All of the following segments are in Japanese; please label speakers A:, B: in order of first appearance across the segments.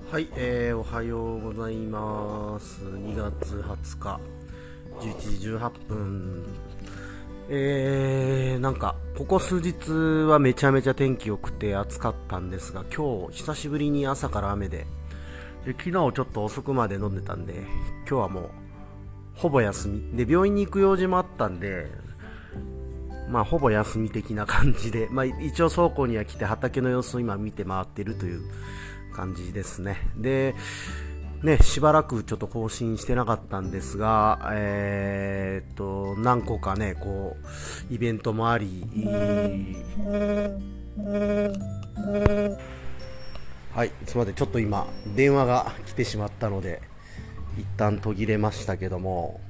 A: はい、おはようございます。2月20日、11時18分。なんか、ここ数日はめちゃめちゃ天気良くて暑かったんですが、今日、久しぶりに朝から雨で、昨日ちょっと遅くまで飲んでたんで、今日はもう、ほぼ休み。で、病院に行く用事もあったんで、まあ、ほぼ休み的な感じで、まあ、一応倉庫には来て畑の様子を今見て回っているという感じですね。で、しばらくちょっと更新してなかったんですが、何個かね、こう、イベントもあり、はい、すみません、ちょっと今、電話が来てしまったので、一旦途切れましたけども、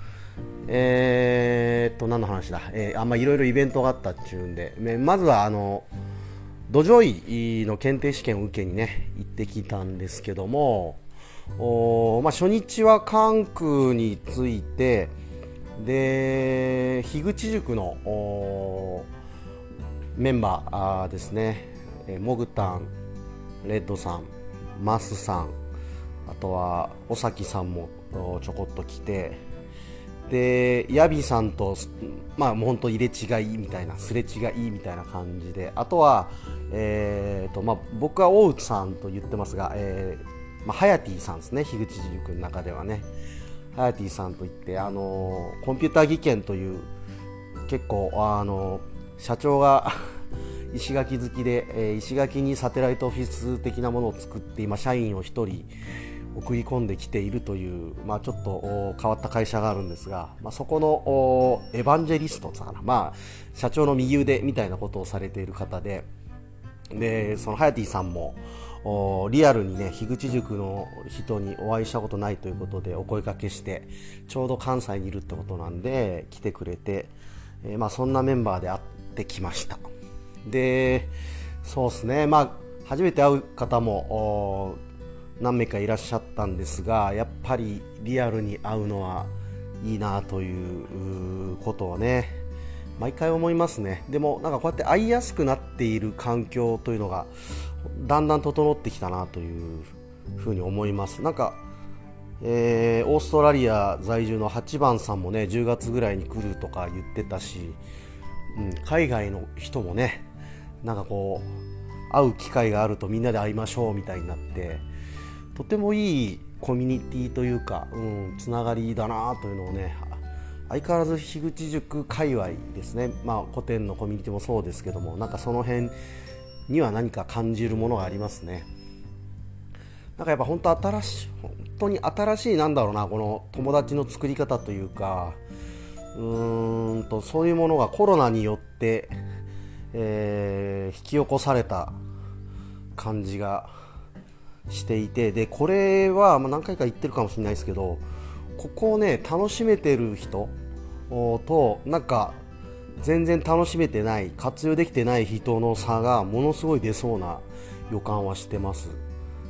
A: 何の話だ、いろいろイベントがあったっちゅうんで、まずは土壌医の検定試験を受けにね行ってきたんですけども、初日は関空について、で樋口塾のメンバーですね、モグタン、レッドさん、マスさん、あとは尾崎さんもちょこっと来て、でヤビさんと、もう本当入れ違いみたいな、すれ違いみたいな感じで、あとは、僕は大内さんと言ってますが、ハヤティさんですね、樋口塾の中ではね、ハヤティさんといって、コンピューター技研という結構社長が石垣好きで、石垣にサテライトオフィス的なものを作って今社員を1人送り込んできているという、ちょっと変わった会社があるんですが、そこのエヴァンジェリストかな、社長の右腕みたいなことをされている方で、そのハヤティさんもリアルにね、樋口塾の人にお会いしたことないということでお声掛けして、ちょうど関西にいるってことなんで来てくれて、そんなメンバーで会ってきました。で、そうですね、初めて会う方も何名かいらっしゃったんですが、やっぱりリアルに会うのはいいなということをね、毎回思いますね。でもこうやって会いやすくなっている環境というのがだんだん整ってきたなというふうに思います。オーストラリア在住の8番さんもね、10月ぐらいに来るとか言ってたし、海外の人もね、こう会う機会があるとみんなで会いましょうみたいになって、とてもいいコミュニティというか、つながりだなというのをね、相変わらず樋口塾界隈ですね、古典のコミュニティもそうですけども、その辺には何か感じるものがありますね。やっぱ本当に新しいこの友達の作り方というか、そういうものがコロナによって、引き起こされた感じがしていて、でこれは何回か言ってるかもしれないですけど、ここをね楽しめてる人と全然楽しめてない、活用できてない人の差がものすごい出そうな予感はしてます。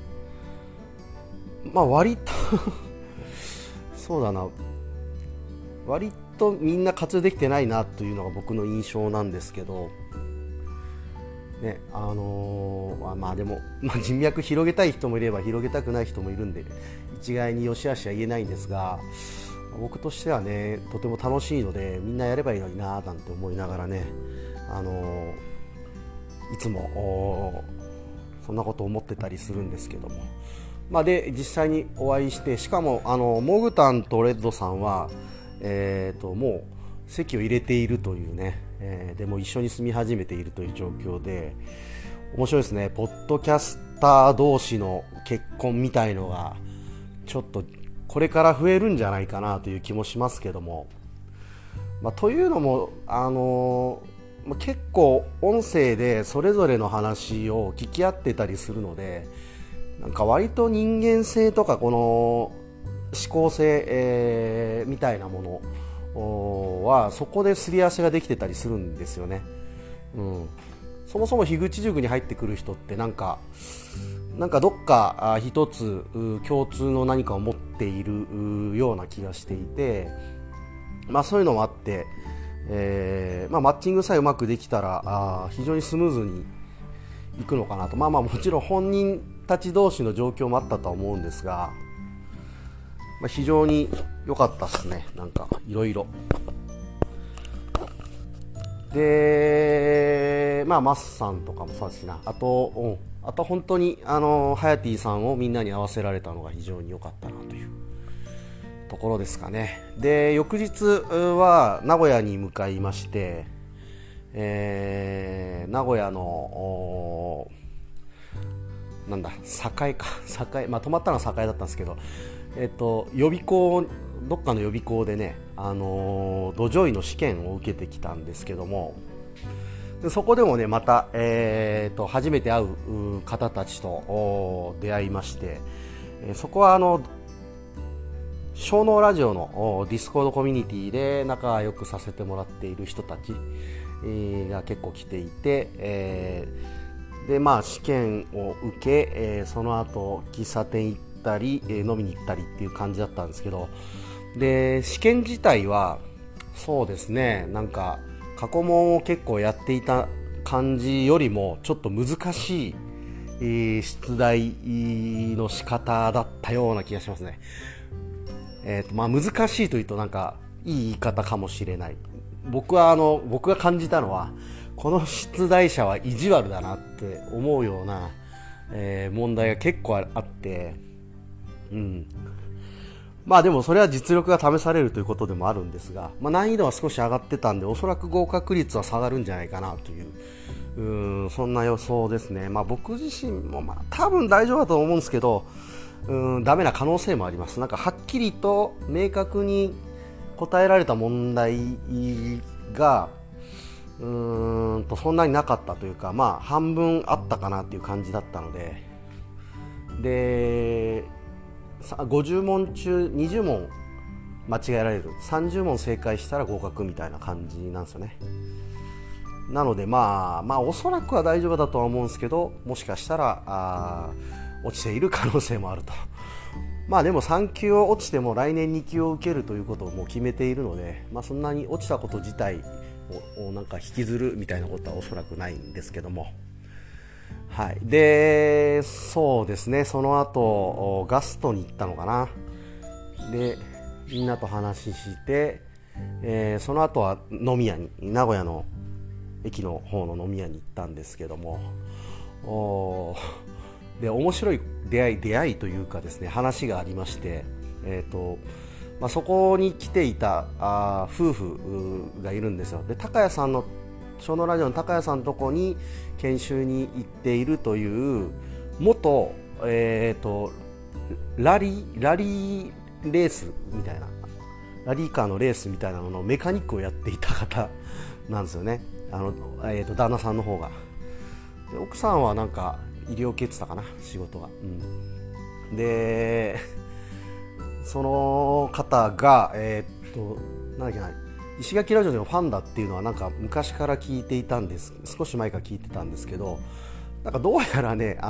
A: 割とそうだな、割とみんな活用できてないなというのが僕の印象なんですけどね、でも、人脈広げたい人もいれば広げたくない人もいるんで、一概に良し悪しは言えないんですが、僕としてはね、とても楽しいので、みんなやればいいのにななんて思いながらね、いつもそんなこと思ってたりするんですけども、で実際にお会いして、しかもモグタンとレッドさんは、もう籍を入れているというね、でも一緒に住み始めているという状況で、面白いですね。ポッドキャスター同士の結婚みたいのがちょっとこれから増えるんじゃないかなという気もしますけども、というのも結構音声でそれぞれの話を聞き合ってたりするので、割と人間性とかこの思考性、みたいなものはそこですり合わせができてたりするんですよね。そもそも樋口塾に入ってくる人ってどっか一つ共通の何かを持っているような気がしていて、そういうのもあって、マッチングさえうまくできたら非常にスムーズにいくのかなと。もちろん本人たち同士の状況もあったとは思うんですが、非常に良かったですね。なんかいろいろで、マスさんとかもそうだしな、あと本当にハヤティさんをみんなに合わせられたのが非常に良かったなというところですかね。で、翌日は名古屋に向かいまして、名古屋の栄か泊まったのは栄だったんですけど、予備校、どっかの予備校でね、土壌医の試験を受けてきたんですけども、そこでもねまた、初めて会う方たちと出会いまして、そこは小脳ラジオのディスコードコミュニティで仲良くさせてもらっている人たちが結構来ていて、で試験を受け、その後喫茶店行ったり、飲みに行ったりっていう感じだったんですけど、で試験自体はそうですね、なんか過去問を結構やっていた感じよりもちょっと難しい、出題の仕方だったような気がしますね。難しいというとなんかいい言い方かもしれない。僕が感じたのは、この出題者は意地悪だなって思うような、問題が結構あって、でもそれは実力が試されるということでもあるんですが、難易度は少し上がってたんで、おそらく合格率は下がるんじゃないかなという、そんな予想ですね。僕自身も多分大丈夫だと思うんですけど、ダメな可能性もあります。なんかはっきりと明確に答えられた問題がそんなになかったというか、半分あったかなっていう感じだったので、で50問中20問間違えられる、30問正解したら合格みたいな感じなんですよね。なのでおそらくは大丈夫だとは思うんですけど、もしかしたら落ちている可能性もあると。でも3級を落ちても来年2級を受けるということをもう決めているので、そんなに落ちたこと自体をなんか引きずるみたいなことはおそらくないんですけども、はい。で、そうですね、その後ガストに行ったのかな。でみんなと話して、その後は飲み屋に、名古屋の駅の方の飲み屋に行ったんですけども、で面白い出会いというかですね、話がありまして、そこに来ていた夫婦がいるんですよ。で高谷さんの小脳ラジオの高谷さんのとこに研修に行っているという元、ラリーレースみたいな、ラリーカーのレースみたいなののメカニックをやっていた方なんですよね。旦那さんの方が。で奥さんはなんか医療系って言ってたかな、仕事が。でその方がなんだっけな、石垣ラジオのファンだっていうのはなんか昔から聞いていたんです。少し前から聞いてたんですけど、なんかどうやらね、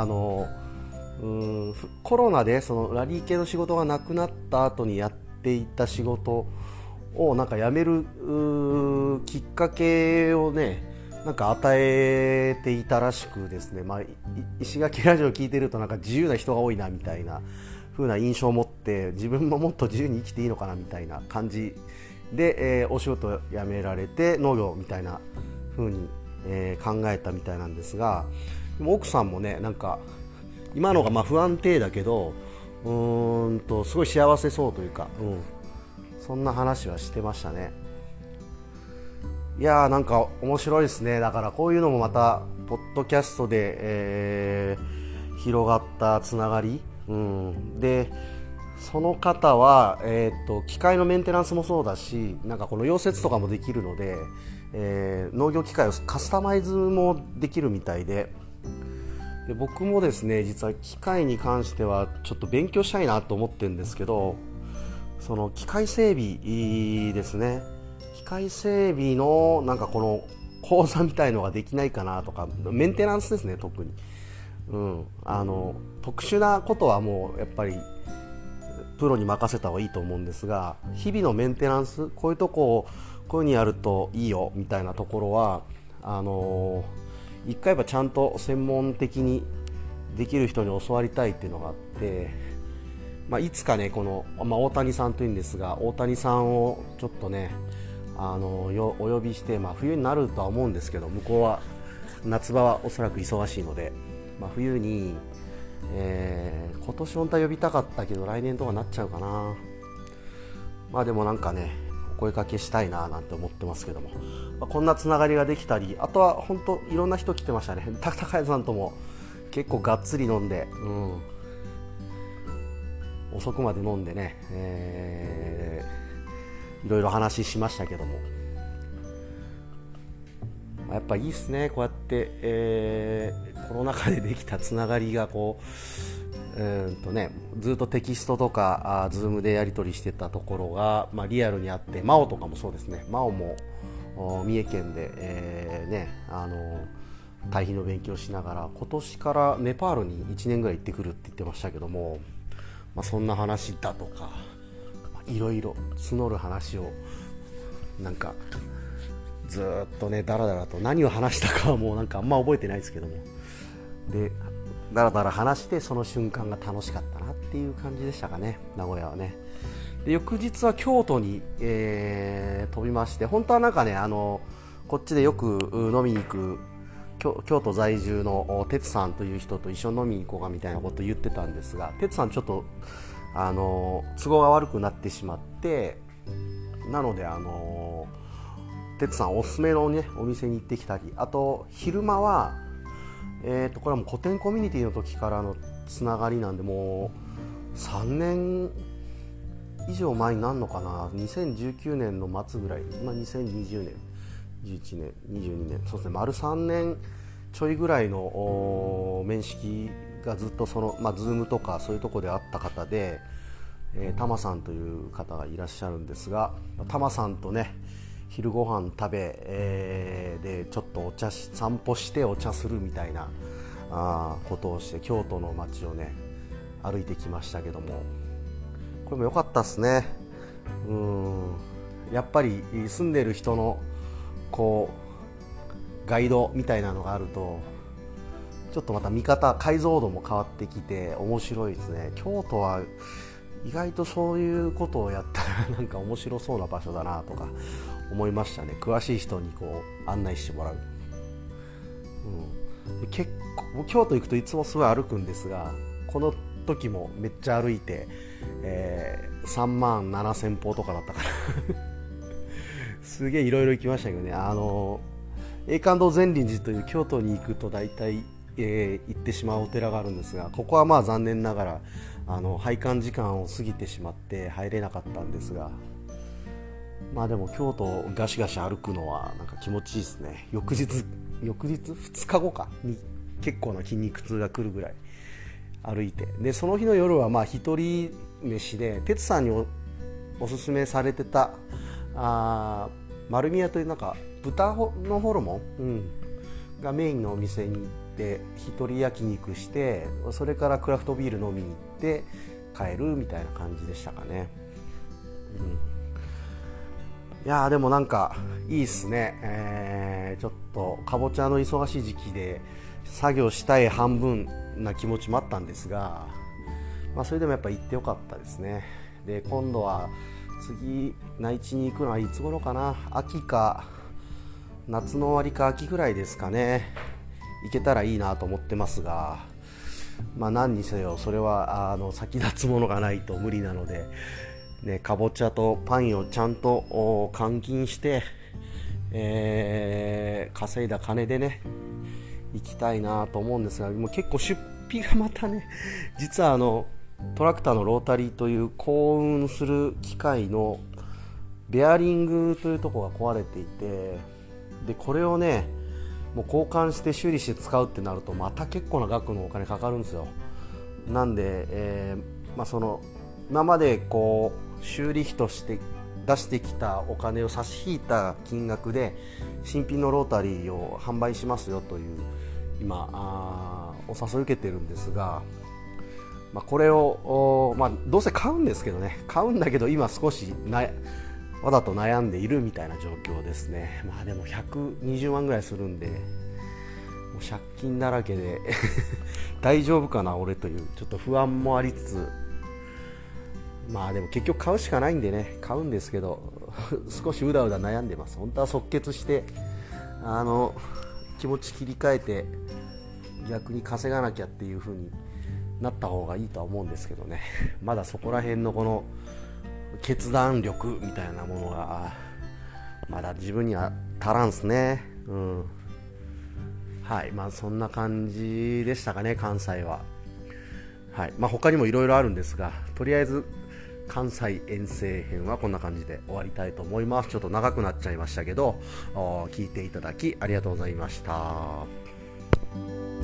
A: コロナでそのラリー系の仕事がなくなった後にやっていた仕事をなんか辞めるきっかけをね、なんか与えていたらしくですね、石垣ラジオを聞いてるとなんか自由な人が多いなみたいな風な印象を持って、自分ももっと自由に生きていいのかなみたいな感じで、お仕事を辞められて農業みたいな風に、考えたみたいなんですが、でも奥さんもね、なんか今のが不安定だけどすごい幸せそうというか、そんな話はしてましたね。いやー、なんか面白いですね。だからこういうのもまたポッドキャストで、広がったつながり、でその方は、機械のメンテナンスもそうだし、なんかこの溶接とかもできるので、農業機械をカスタマイズもできるみたいで、僕もですね、実は機械に関してはちょっと勉強したいなと思ってるんですけど、その機械整備ですね、機械整備のなんかこの講座みたいのができないかなとか、メンテナンスですね、特に、特殊なことはもうやっぱりプロに任せた方がいいと思うんですが、日々のメンテナンス、こういうとこをこういう風にやるといいよみたいなところは一回はちゃんと専門的に、 できる人に教わりたいっていうのがあって、いつかねこの、大谷さんというんですが、大谷さんをちょっとねお呼びして、冬になるとは思うんですけど、向こうは夏場はおそらく忙しいので、冬に、今年本当は呼びたかったけど来年とかなっちゃうかな。でもなんかねお声かけしたいななんて思ってますけども、こんなつながりができたり、あとは本当いろんな人来てましたね。高谷さんとも結構がっつり飲んで、遅くまで飲んでね、いろいろ話しましたけども、やっぱいいですね、こうやって、コロナ禍でできたつながりがこうずっとテキストとかズームでやり取りしてたところが、リアルにあって、真央とかもそうですね。真央も三重県で、対比の勉強しながら、今年からネパールに1年ぐらい行ってくるって言ってましたけども、そんな話だとか、いろいろ募る話をなんかずっとねだらだらと、何を話したかはもうなんかあんま覚えてないですけども、でだらだら話して、その瞬間が楽しかったなっていう感じでしたかね、名古屋はね。で翌日は京都に、飛びまして、本当はなんかねこっちでよく飲みに行く京都在住の哲さんという人と一緒に飲みに行こうかみたいなことを言ってたんですが、哲さんちょっと都合が悪くなってしまって、なので哲さんおすすめのねお店に行ってきたり、あと昼間はこれはもう古典コミュニティの時からのつながりなんで、もう3年以上前になるのかな、2019年の末ぐらい、2020年11年22年、そうですね、丸3年ちょいぐらいの面識がずっとその、ズームとかそういうところで会った方で、タマさんという方がいらっしゃるんですが、タマさんとね昼ご飯食べ、でちょっと散歩してお茶するみたいなことをして京都の街をね歩いてきましたけども、これも良かったですね。やっぱり住んでる人のこうガイドみたいなのがあると、ちょっとまた見方解像度も変わってきて面白いですね。京都は意外とそういうことをやったらなんか面白そうな場所だなとか思いましたね。詳しい人にこう案内してもらう、結構京都行くといつもすごい歩くんですが、この時もめっちゃ歩いて、3万7000歩とかだったからすげえいろいろ行きましたけどね。永観堂善林寺という京都に行くと大体、行ってしまうお寺があるんですが、ここは残念ながら拝観時間を過ぎてしまって入れなかったんですが、でも京都をガシガシ歩くのはなんか気持ちいいですね。翌日2日後かに結構な筋肉痛が来るぐらい歩いて、でその日の夜は一人飯で、哲さんに おすすめされてた丸宮というなんか豚のホルモン、がメインのお店に行って一人焼肉して、それからクラフトビール飲みに行って帰るみたいな感じでしたかね。いやでもなんかいいっすね。ちょっとかぼちゃの忙しい時期で作業したい半分な気持ちもあったんですが、それでもやっぱ行ってよかったですね。で今度は次内地に行くのはいつ頃かな、秋か夏の終わりか秋ぐらいですかね。行けたらいいなと思ってますが、何にせよそれは先立つものがないと無理なので、かぼちゃとパンをちゃんと換金して、稼いだ金でね行きたいなと思うんですが、もう結構出費がまたね、実はトラクターのロータリーという幸運する機械のベアリングというところが壊れていて、でこれをねもう交換して修理して使うってなるとまた結構な額のお金かかるんですよ。なんで、その今までこう修理費として出してきたお金を差し引いた金額で新品のロータリーを販売しますよという今お誘い受けてるんですが、これをどうせ買うんですけどね、買うんだけど今少しわざと悩んでいるみたいな状況ですね。でも120万ぐらいするんで、もう借金だらけで大丈夫かな俺というちょっと不安もありつつ、まあでも結局買うしかないんでね、買うんですけど少しうだうだ悩んでます。本当は即決して気持ち切り替えて逆に稼がなきゃっていう風になった方がいいとは思うんですけどね、まだそこら辺のこの決断力みたいなものがまだ自分には足らんすね。はい、まあそんな感じでしたかね、関西は。はい、まあ他にもいろいろあるんですが、とりあえず関西遠征編はこんな感じで終わりたいと思います。ちょっと長くなっちゃいましたけど、聞いていただきありがとうございました。